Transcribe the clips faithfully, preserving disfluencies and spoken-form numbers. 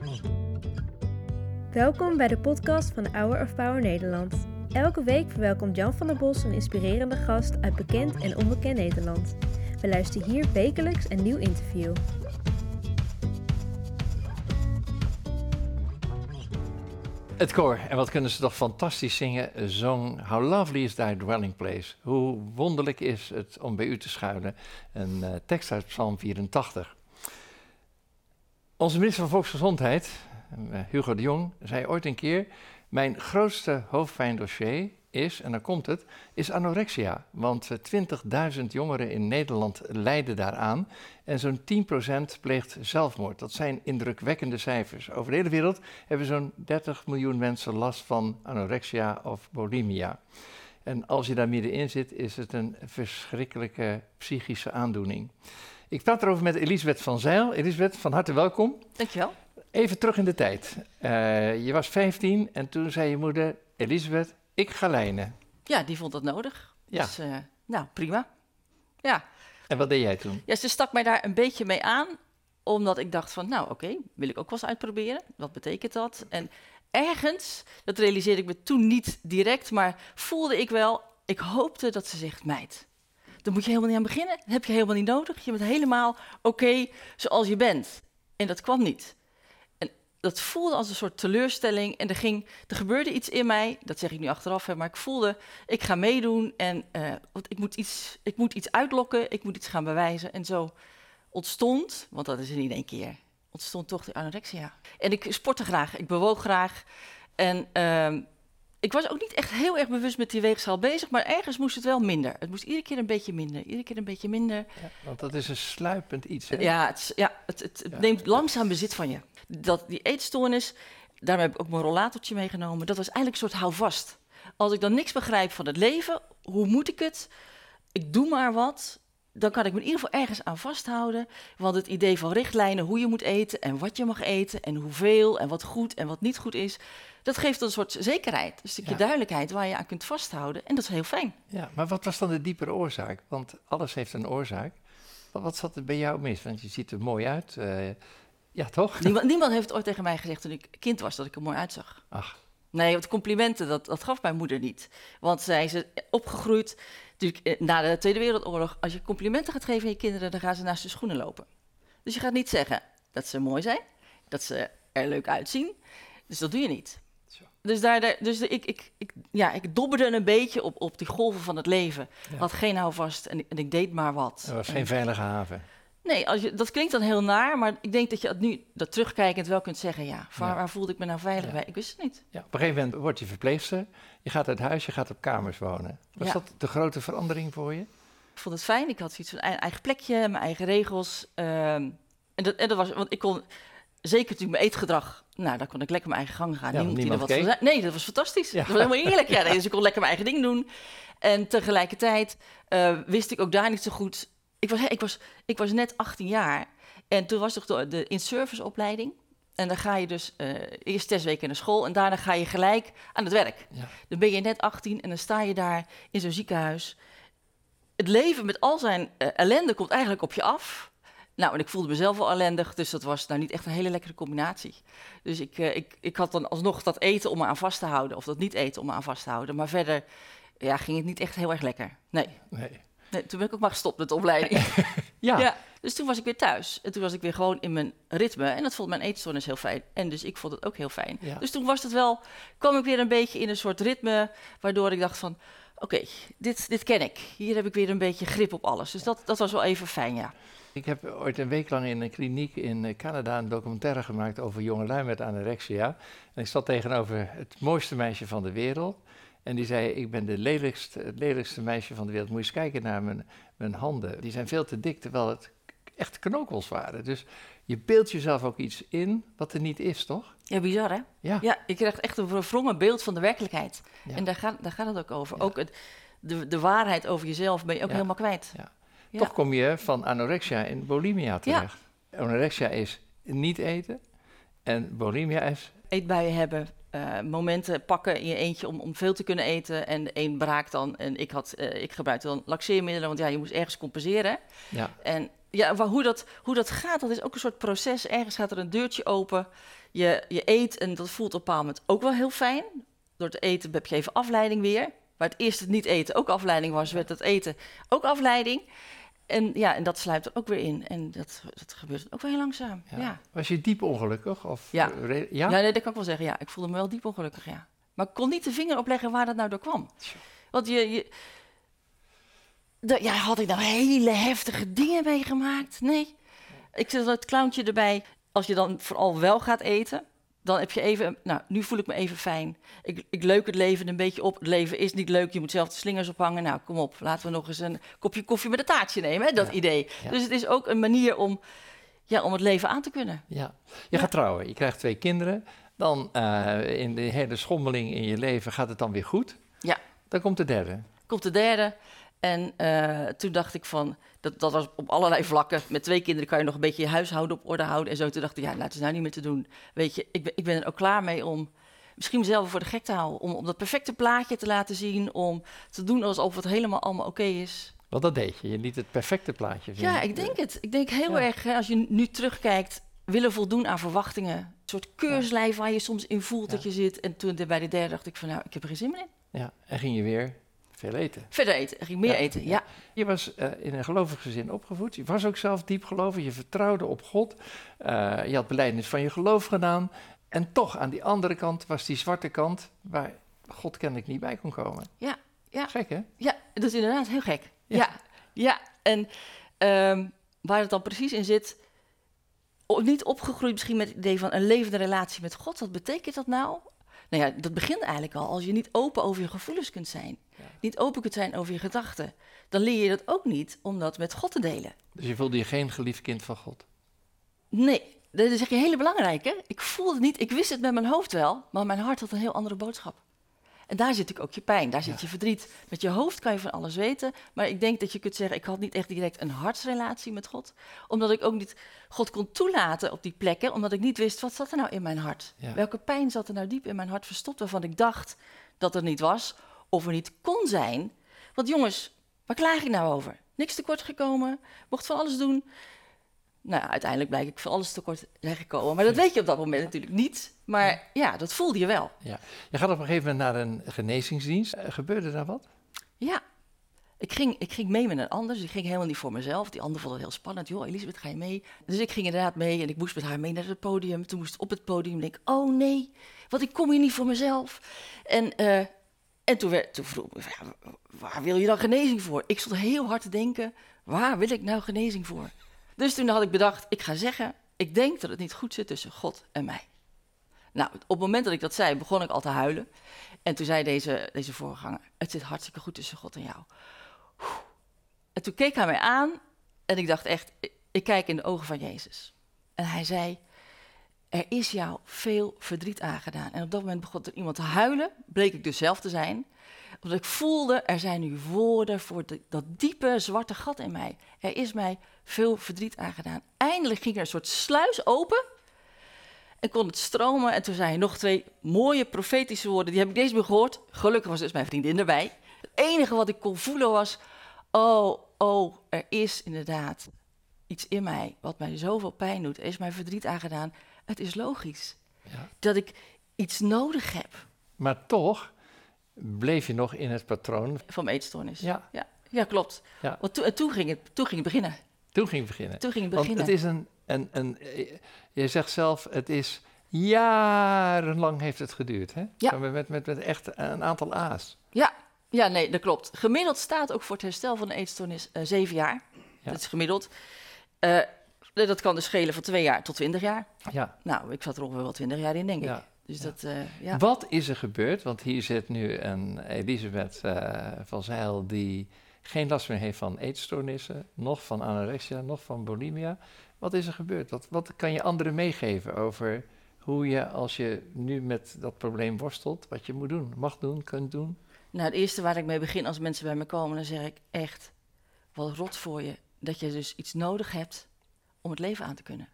Welkom bij de podcast van Hour of Power Nederland. Elke week verwelkomt Jan van der Bos een inspirerende gast uit bekend en onbekend Nederland. We luisteren hier wekelijks een nieuw interview. Het koor, en wat kunnen ze toch fantastisch zingen, zong How Lovely is Thy Dwelling Place. Hoe wonderlijk is het om bij u te schuilen. Een uh, tekst uit Psalm vierentachtig. Onze minister van Volksgezondheid, uh, Hugo de Jong, zei ooit een keer: mijn grootste hoofdpijndossier is, en dan komt het, is anorexia. Want uh, twintigduizend jongeren in Nederland lijden daaraan en zo'n tien procent pleegt zelfmoord. Dat zijn indrukwekkende cijfers. Over de hele wereld hebben zo'n dertig miljoen mensen last van anorexia of bulimia. En als je daar middenin zit, is het een verschrikkelijke psychische aandoening. Ik praat erover met Elisabeth van Zijl. Elisabeth, van harte welkom. Dankjewel. Even terug in de tijd. Uh, je was vijftien en toen zei je moeder: Elisabeth, ik ga lijnen. Ja, die vond dat nodig. Ja. Dus, uh, nou, prima. Ja. En wat deed jij toen? Ja, ze stak mij daar een beetje mee aan, omdat ik dacht van, nou, oké, okay, wil ik ook wel eens uitproberen. Wat betekent dat? En ergens, dat realiseerde ik me toen niet direct, maar voelde ik wel, ik hoopte dat ze zegt, meid, daar moet je helemaal niet aan beginnen. Dat heb je helemaal niet nodig. Je bent helemaal oké okay zoals je bent. En dat kwam niet. Dat voelde als een soort teleurstelling en er, ging, er gebeurde iets in mij, dat zeg ik nu achteraf, hè, maar ik voelde, ik ga meedoen en uh, want ik, moet iets, ik moet iets uitlokken, ik moet iets gaan bewijzen. En zo ontstond, want dat is er niet één keer, ontstond toch de anorexia. En ik sportte graag, ik bewoog graag en uh, ik was ook niet echt heel erg bewust met die weegschaal bezig, maar ergens moest het wel minder. Het moest iedere keer een beetje minder, iedere keer een beetje minder. Ja, want dat is een sluipend iets, hè? Ja, het, ja, het, het, het ja. neemt langzaam bezit van je. Dat, die eetstoornis, daarom heb ik ook mijn rollatortje meegenomen. Dat was eigenlijk een soort houvast. Als ik dan niks begrijp van het leven, hoe moet ik het? Ik doe maar wat. Dan kan ik me in ieder geval ergens aan vasthouden. Want het idee van richtlijnen, hoe je moet eten en wat je mag eten en hoeveel en wat goed en wat niet goed is, dat geeft een soort zekerheid, een stukje ja. duidelijkheid waar je aan kunt vasthouden. En dat is heel fijn. Ja, maar wat was dan de diepere oorzaak? Want alles heeft een oorzaak. Wat zat er bij jou mis? Want je ziet er mooi uit. Uh, ja, toch? Niemand, niemand heeft ooit tegen mij gezegd toen ik kind was dat ik er mooi uitzag. Ach. Nee, want complimenten, dat, dat gaf mijn moeder niet. Want zij is opgegroeid, natuurlijk na de Tweede Wereldoorlog. Als je complimenten gaat geven aan je kinderen, dan gaan ze naast de schoenen lopen. Dus je gaat niet zeggen dat ze mooi zijn, dat ze er leuk uitzien. Dus dat doe je niet. Zo. Dus, daar, daar, dus de, ik, ik, ik, ja, ik dobberde een beetje op, op die golven van het leven. Ja. Had geen houvast en, en ik deed maar wat. Er was en, geen veilige haven. Nee, als je, dat klinkt dan heel naar, maar ik denk dat je het nu dat terugkijkend wel kunt zeggen, ja, waar, ja. waar voelde ik me nou veilig ja. bij? Ik wist het niet. Ja, op een gegeven moment word je verpleegster, je gaat uit huis, je gaat op kamers wonen. Was ja. dat de grote verandering voor je? Ik vond het fijn, ik had zoiets van een eigen plekje, mijn eigen regels. Um, en, dat, en dat was, want ik kon, zeker natuurlijk mijn eetgedrag, nou, daar kon ik lekker mijn eigen gang gaan. Ja, niemand die er wat keek. van zei. Nee, dat was fantastisch. Ja. Dat was helemaal eerlijk. Ja, nee, dus ik kon lekker mijn eigen ding doen. En tegelijkertijd uh, wist ik ook daar niet zo goed. Ik was, ik was, ik was net achttien jaar en toen was toch de, de in-service opleiding. En dan ga je dus uh, eerst zes weken naar school en daarna ga je gelijk aan het werk. Ja. Dan ben je net achttien en dan sta je daar in zo'n ziekenhuis. Het leven met al zijn uh, ellende komt eigenlijk op je af. Nou, en ik voelde mezelf wel ellendig, dus dat was nou niet echt een hele lekkere combinatie. Dus ik, uh, ik, ik had dan alsnog dat eten om me aan vast te houden, of dat niet eten om me aan vast te houden. Maar verder ja, ging het niet echt heel erg lekker. Nee. Nee. Nee, toen ben ik ook maar gestopt met de opleiding. ja. ja. Dus toen was ik weer thuis. En toen was ik weer gewoon in mijn ritme. En dat vond mijn eetstoornis heel fijn. En dus ik vond het ook heel fijn. Ja. Dus toen was het wel, kwam ik weer een beetje in een soort ritme, waardoor ik dacht van, oké, okay, dit, dit ken ik. Hier heb ik weer een beetje grip op alles. Dus dat, dat was wel even fijn, ja. Ik heb ooit een week lang in een kliniek in Canada een documentaire gemaakt over jongelui met anorexia. En ik zat tegenover het mooiste meisje van de wereld. En die zei, ik ben de lelijkste, het lelijkste meisje van de wereld. Moet je eens kijken naar mijn, mijn handen. Die zijn veel te dik, terwijl het echt knokels waren. Dus je beeldt jezelf ook iets in wat er niet is, toch? Ja, bizar hè? Ja. Ja, je krijgt echt een verwrongen beeld van de werkelijkheid. Ja. En daar gaat, daar gaat het ook over. Ja. Ook het, de, de waarheid over jezelf ben je ook ja. helemaal kwijt. Ja. Ja. Toch kom je van anorexia in bulimia terecht. Ja. Anorexia is niet eten en bulimia is... Eetbuien hebben, uh, momenten pakken in je eentje om, om veel te kunnen eten. En de een braakt dan en ik, had, uh, ik gebruikte dan laxeermiddelen, want ja, je moest ergens compenseren. Ja. En ja, wa- hoe, dat, hoe dat gaat, dat is ook een soort proces. Ergens gaat er een deurtje open, je, je eet en dat voelt op een bepaald moment ook wel heel fijn. Door het eten heb je even afleiding weer. Waar het eerst het niet eten ook afleiding was, werd het eten ook afleiding. En ja, en dat sluit er ook weer in. En dat, dat gebeurt ook wel heel langzaam. Ja. Ja. Was je diep ongelukkig? Of, Ja. re- ja? Ja, nee, dat kan ik wel zeggen. Ja, ik voelde me wel diep ongelukkig, ja. Maar ik kon niet de vinger opleggen waar dat nou door kwam. Want je... je de, ja, had ik nou hele heftige dingen meegemaakt? Nee. Ik zet het clowntje erbij. Als je dan vooral wel gaat eten, dan heb je even... Nou, nu voel ik me even fijn. Ik, ik leuk het leven een beetje op. Het leven is niet leuk, je moet zelf de slingers ophangen. Nou, kom op, laten we nog eens een kopje koffie met een taartje nemen, hè, dat Ja. idee. Ja. Dus het is ook een manier om, ja, om het leven aan te kunnen. Ja. Je Ja. gaat trouwen, je krijgt twee kinderen. Dan uh, in de hele schommeling in je leven gaat het dan weer goed. Ja. Dan komt de derde. Komt de derde. En uh, toen dacht ik van, dat, dat was op allerlei vlakken. Met twee kinderen kan je nog een beetje je huishouden op orde houden. En zo toen dacht ik, ja, laten we nou niet meer te doen. Weet je, ik ben, ik ben er ook klaar mee om misschien mezelf voor de gek te houden. Om, om dat perfecte plaatje te laten zien. Om te doen alsof het helemaal allemaal oké is. Want dat deed je, je liet het perfecte plaatje zien. Ja, ik denk het. Ik denk heel Ja. erg, hè, als je nu terugkijkt, willen voldoen aan verwachtingen. Een soort keurslijf waar je soms in voelt Ja. dat je zit. En toen bij de derde dacht ik van, nou, ik heb er geen zin meer in. Ja, en ging je weer veel eten. Verder eten, er ging meer Ja. eten, ja. Je was uh, in een gelovig gezin opgevoed. Je was ook zelf diep gelovig. Je vertrouwde op God. Uh, je had belijdenis van je geloof gedaan. En toch, aan die andere kant was die zwarte kant waar God kennelijk niet bij kon komen. Ja, ja. Gek, hè? Ja, dat is inderdaad heel gek. Ja. Ja, ja. En um, waar het dan precies in zit, o- niet opgegroeid misschien met het idee van een levende relatie met God. Wat betekent dat nou? Nou ja, dat begint eigenlijk al als je niet open over je gevoelens kunt zijn. Ja. Niet open kunt zijn over je gedachten. Dan leer je dat ook niet om dat met God te delen. Dus je voelde je geen geliefd kind van God? Nee, dat is echt een hele belangrijke. Ik voelde het niet, ik wist het met mijn hoofd wel, maar mijn hart had een heel andere boodschap. En daar zit natuurlijk ook je pijn, daar zit Ja. je verdriet. Met je hoofd kan je van alles weten, maar ik denk dat je kunt zeggen, ik had niet echt direct een hartsrelatie met God. Omdat ik ook niet God kon toelaten op die plekken, omdat ik niet wist, wat zat er nou in mijn hart? Ja. Welke pijn zat er nou diep in mijn hart verstopt, waarvan ik dacht dat er niet was, of er niet kon zijn. Want jongens, waar klaag ik nou over? Niks tekort gekomen, mocht van alles doen. Nou, uiteindelijk blijk ik van alles tekort zijn gekomen. Maar dat weet je op dat moment natuurlijk niet. Maar ja, dat voelde je wel. Ja. Je gaat op een gegeven moment naar een genezingsdienst. Uh, gebeurde daar wat? Ja, ik ging, ik ging mee met een ander. Dus ik ging helemaal niet voor mezelf. Die ander vond het heel spannend. Joh, Elisabeth, ga je mee? Dus ik ging inderdaad mee en ik moest met haar mee naar het podium. Toen moest ik op het podium denk ik, oh nee, want ik kom hier niet voor mezelf. En, uh, en toen, werd, toen vroeg ik, ja, waar wil je dan genezing voor? Ik stond heel hard te denken, waar wil ik nou genezing voor? Dus toen had ik bedacht, ik ga zeggen, ik denk dat het niet goed zit tussen God en mij. Nou, op het moment dat ik dat zei, begon ik al te huilen. En toen zei deze, deze voorganger, het zit hartstikke goed tussen God en jou. En toen keek hij mij aan en ik dacht echt, ik, ik kijk in de ogen van Jezus. En hij zei, er is jou veel verdriet aangedaan. En op dat moment begon er iemand te huilen, bleek ik dus zelf te zijn. Omdat ik voelde, er zijn nu woorden voor de, dat diepe zwarte gat in mij. Er is mij veel verdriet aangedaan. Eindelijk ging er een soort sluis open en kon het stromen. En toen zei hij nog twee mooie profetische woorden, die heb ik deze meer gehoord. Gelukkig was dus mijn vriendin erbij. Het enige wat ik kon voelen was, oh, oh, er is inderdaad iets in mij wat mij zoveel pijn doet. Er is mij verdriet aangedaan. Het is logisch Ja. dat ik iets nodig heb Maar toch bleef je nog in het patroon. van mijn eetstoornis. Ja. Ja, ja klopt. Ja. Want toen, en toen, ging het, toen ging het beginnen. Toen ging het beginnen. Toen ging het Want beginnen. het is een, een, een... Je zegt zelf, het is jarenlang heeft het geduurd. Hè? Ja. Met, met, met, met echt een aantal A's. Ja, ja, nee, dat klopt. Gemiddeld staat ook voor het herstel van een eetstoornis uh, zeven jaar. Ja. Dat is gemiddeld. Uh, dat kan dus schelen van twee jaar tot twintig jaar. Ja. Nou, ik zat er ongeveer wel twintig jaar in, denk ik. Ja. Dus Ja. dat, uh, ja. Wat is er gebeurd? Want hier zit nu een Elisabeth uh, van Zijl die geen last meer heeft van eetstoornissen, nog van anorexia, nog van bulimia. Wat is er gebeurd? Wat, wat kan je anderen meegeven over hoe je, als je nu met dat probleem worstelt, wat je moet doen, mag doen, kunt doen? Nou, het eerste waar ik mee begin als mensen bij me komen, dan zeg ik echt, wat rot voor je, dat je dus iets nodig hebt om het leven aan te kunnen.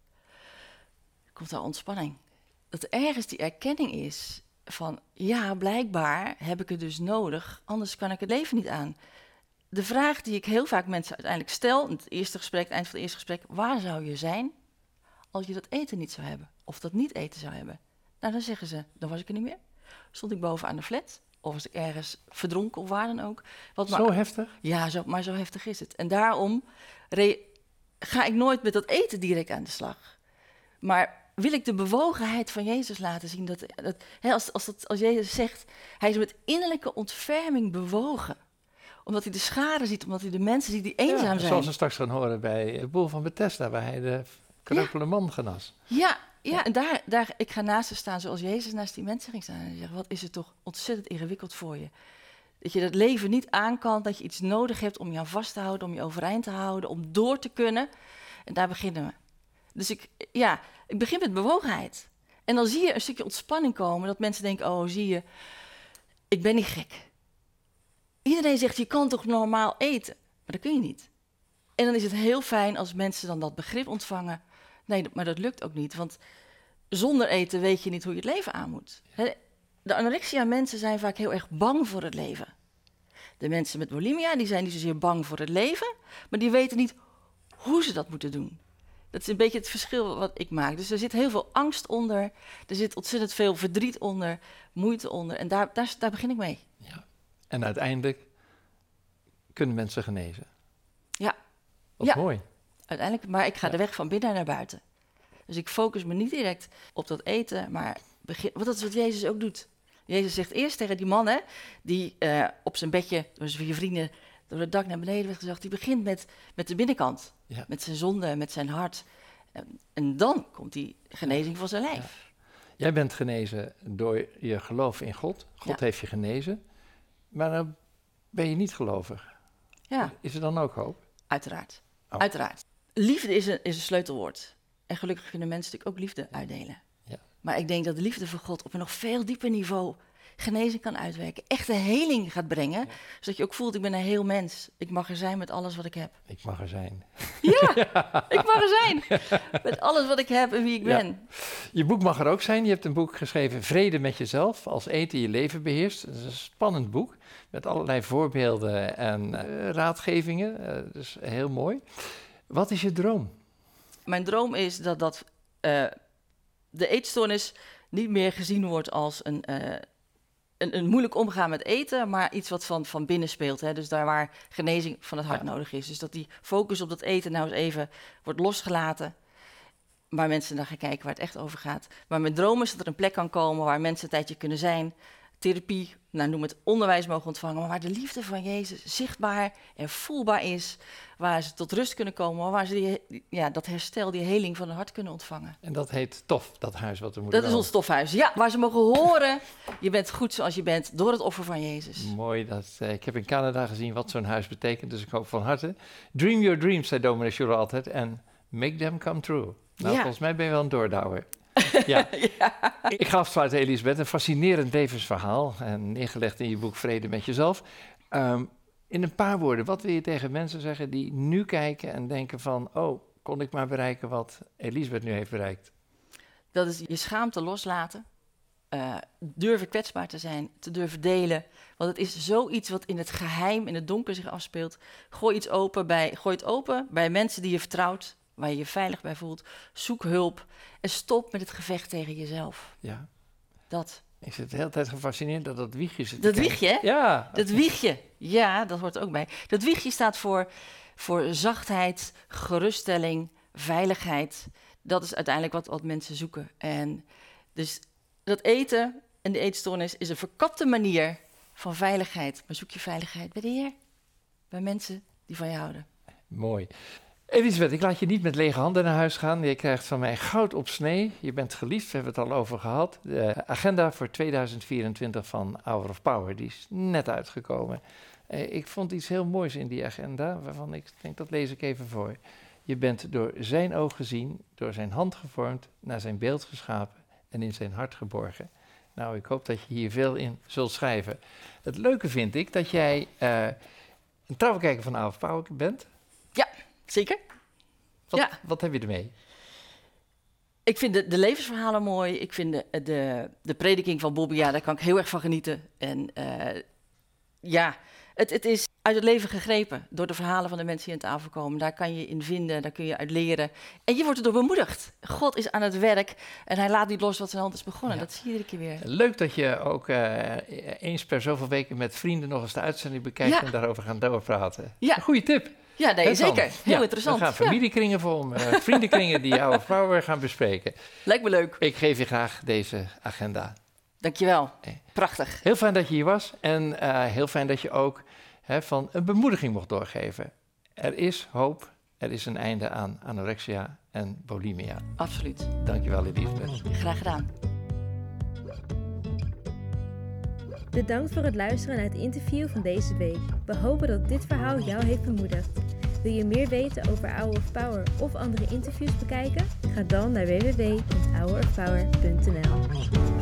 Er komt daar ontspanning. Dat er ergens die erkenning is van, ja, blijkbaar heb ik het dus nodig, anders kan ik het leven niet aan. de vraag die ik heel vaak mensen uiteindelijk stel, in het eerste gesprek, het eind van het eerste gesprek, waar zou je zijn als je dat eten niet zou hebben? Of dat niet eten zou hebben? Nou, dan zeggen ze, dan was ik er niet meer. Stond ik boven aan de flat, of was ik ergens verdronken of waar dan ook. Wat Zo maar, heftig? Ja, zo, maar zo heftig is het. En daarom re- ga ik nooit met dat eten direct aan de slag. Maar wil ik de bewogenheid van Jezus laten zien. Dat, dat, hè, als, als, dat, als Jezus zegt, hij is met innerlijke ontferming bewogen. Omdat hij de scharen ziet, omdat hij de mensen ziet die eenzaam Ja, zijn. zoals we straks gaan horen bij het boel van Bethesda, waar hij de kreupele man genas. Ja, ja, en daar, daar, ik ga naast ze staan zoals Jezus naast die mensen ging staan. En zeggen, wat is het toch ontzettend ingewikkeld voor je. Dat je dat leven niet aan kan, dat je iets nodig hebt om je aan vast te houden, om je overeind te houden, om door te kunnen. En daar beginnen we. Dus ik, ja, ik begin met bewogenheid. En dan zie je een stukje ontspanning komen, dat mensen denken, oh, zie je, ik ben niet gek. Iedereen zegt, je kan toch normaal eten? Maar dat kun je niet. En dan is het heel fijn als mensen dan dat begrip ontvangen. Nee, maar dat lukt ook niet, want zonder eten weet je niet hoe je het leven aan moet. De anorexia-mensen zijn vaak heel erg bang voor het leven. De mensen met bulimia, die zijn niet zozeer bang voor het leven, maar die weten niet hoe ze dat moeten doen. Dat is een beetje het verschil wat ik maak. Dus er zit heel veel angst onder, er zit ontzettend veel verdriet onder, moeite onder. En daar, daar, daar begin ik mee. Ja. En uiteindelijk kunnen mensen genezen. Ja. Wat ja. mooi. Uiteindelijk, maar ik ga Ja. de weg van binnen naar buiten. Dus ik focus me niet direct op dat eten, maar begin, want dat is wat Jezus ook doet. Jezus zegt eerst tegen die man, hè, die uh, op zijn bedje door zijn vrienden door het dak naar beneden werd gezegd, die begint met, met de binnenkant, Ja. met zijn zonde, met zijn hart. En, en dan komt die genezing van zijn lijf. Ja. Jij bent genezen door je geloof in God. God Ja. heeft je genezen. Maar dan ben je niet gelovig. Ja, Is er dan ook hoop? uiteraard. Oh. Uiteraard. Liefde is een, is een sleutelwoord. En gelukkig kunnen mensen natuurlijk ook liefde uitdelen. Ja. Maar ik denk dat de liefde voor God op een nog veel dieper niveau genezing kan uitwerken. Echte heling gaat brengen. Ja. Zodat je ook voelt, ik ben een heel mens. Ik mag er zijn met alles wat ik heb. Ik mag er zijn. Ja, ik mag er zijn. Met alles wat ik heb en wie ik ben. Ja. Je boek mag er ook zijn. Je hebt een boek geschreven, Vrede met jezelf, als eten je leven beheerst. Dat is een spannend boek met allerlei voorbeelden en uh, raadgevingen. Uh, dus heel mooi. Wat is je droom? Mijn droom is dat, dat uh, de eetstoornis niet meer gezien wordt als een, uh, een, een moeilijk omgaan met eten, maar iets wat van, van binnen speelt. Hè? Dus daar waar genezing van het hart ja. nodig is. Dus dat die focus op dat eten nou eens even wordt losgelaten, waar mensen naar gaan kijken waar het echt over gaat. Maar mijn droom is dat er een plek kan komen waar mensen een tijdje kunnen zijn, therapie, nou, noem het onderwijs mogen ontvangen, maar waar de liefde van Jezus zichtbaar en voelbaar is, waar ze tot rust kunnen komen, waar ze die, ja, dat herstel, die heling van het hart kunnen ontvangen. En dat heet TOF, dat huis wat we moeten Dat wel. is ons stofhuis, ja, waar ze mogen horen, je bent goed zoals je bent, door het offer van Jezus. Mooi, dat, uh, ik heb in Canada gezien wat zo'n huis betekent, dus ik hoop van harte. Dream your dreams, zei dominee Sjoerd altijd, en make them come true. Nou, ja. volgens mij ben je wel een doordouwer. Ja. ja. Ik ga afsluiten, Elisabeth. Een fascinerend levensverhaal. En neergelegd in je boek Vrede met jezelf. Um, in een paar woorden, wat wil je tegen mensen zeggen die nu kijken en denken van, oh, kon ik maar bereiken wat Elisabeth nu heeft bereikt? Dat is je schaamte loslaten. Uh, durven kwetsbaar te zijn, te durven delen. Want het is zoiets wat in het geheim, in het donker zich afspeelt. Gooi iets open bij, gooi het open bij mensen die je vertrouwt, waar je je veilig bij voelt. Zoek hulp en stop met het gevecht tegen jezelf. Ja. Dat. Ik zit de hele tijd gefascineerd dat dat wiegje zit. Dat wiegje, hè? Ja. Dat wiegje. Ja, dat hoort er ook bij. Dat wiegje staat voor, voor zachtheid, geruststelling, veiligheid. Dat is uiteindelijk wat, wat mensen zoeken. En dus dat eten en de eetstoornis is een verkapte manier van veiligheid. Maar zoek je veiligheid bij de Heer. Bij mensen die van je houden. Mooi. Elisabeth, ik laat je niet met lege handen naar huis gaan. Je krijgt van mij goud op snee. Je bent geliefd, we hebben het al over gehad. De agenda voor tweeduizend vierentwintig van Hour of Power, die is net uitgekomen. Eh, ik vond iets heel moois in die agenda, waarvan ik denk, dat lees ik even voor. Je bent door zijn oog gezien, door zijn hand gevormd, naar zijn beeld geschapen en in zijn hart geborgen. Nou, ik hoop dat je hier veel in zult schrijven. Het leuke vind ik dat jij uh, een trouwe kijker van Hour of Power bent. Ja. Zeker. Wat, ja. wat heb je ermee? Ik vind de, de levensverhalen mooi. Ik vind de, de, de prediking van Bobby, ja, daar kan ik heel erg van genieten. En uh, ja, het, het is uit het leven gegrepen door de verhalen van de mensen die aan tafel komen. Daar kan je in vinden, daar kun je uit leren. En je wordt erdoor bemoedigd. God is aan het werk en hij laat niet los wat zijn hand is begonnen. Ja. Dat zie je iedere keer weer. Leuk dat je ook uh, eens per zoveel weken met vrienden nog eens de uitzending bekijkt ja. en daarover gaan doorpraten. Ja. Een goede tip. Ja, nee, zeker. Heel ja, interessant. We gaan familiekringen vormen, uh, vriendenkringen die Hour of Power gaan bespreken. Lijkt me leuk. Ik geef je graag deze agenda. Dankjewel. Prachtig. Heel fijn dat je hier was en uh, heel fijn dat je ook hè, van een bemoediging mocht doorgeven. Er is hoop, er is een einde aan anorexia en bulimia. Absoluut. Dankjewel, Elisabeth. Graag gedaan. Bedankt voor het luisteren naar het interview van deze week. We hopen dat dit verhaal jou heeft bemoedigd. Wil je meer weten over Hour of Power of andere interviews bekijken? Ga dan naar w w w punt hour of power punt n l.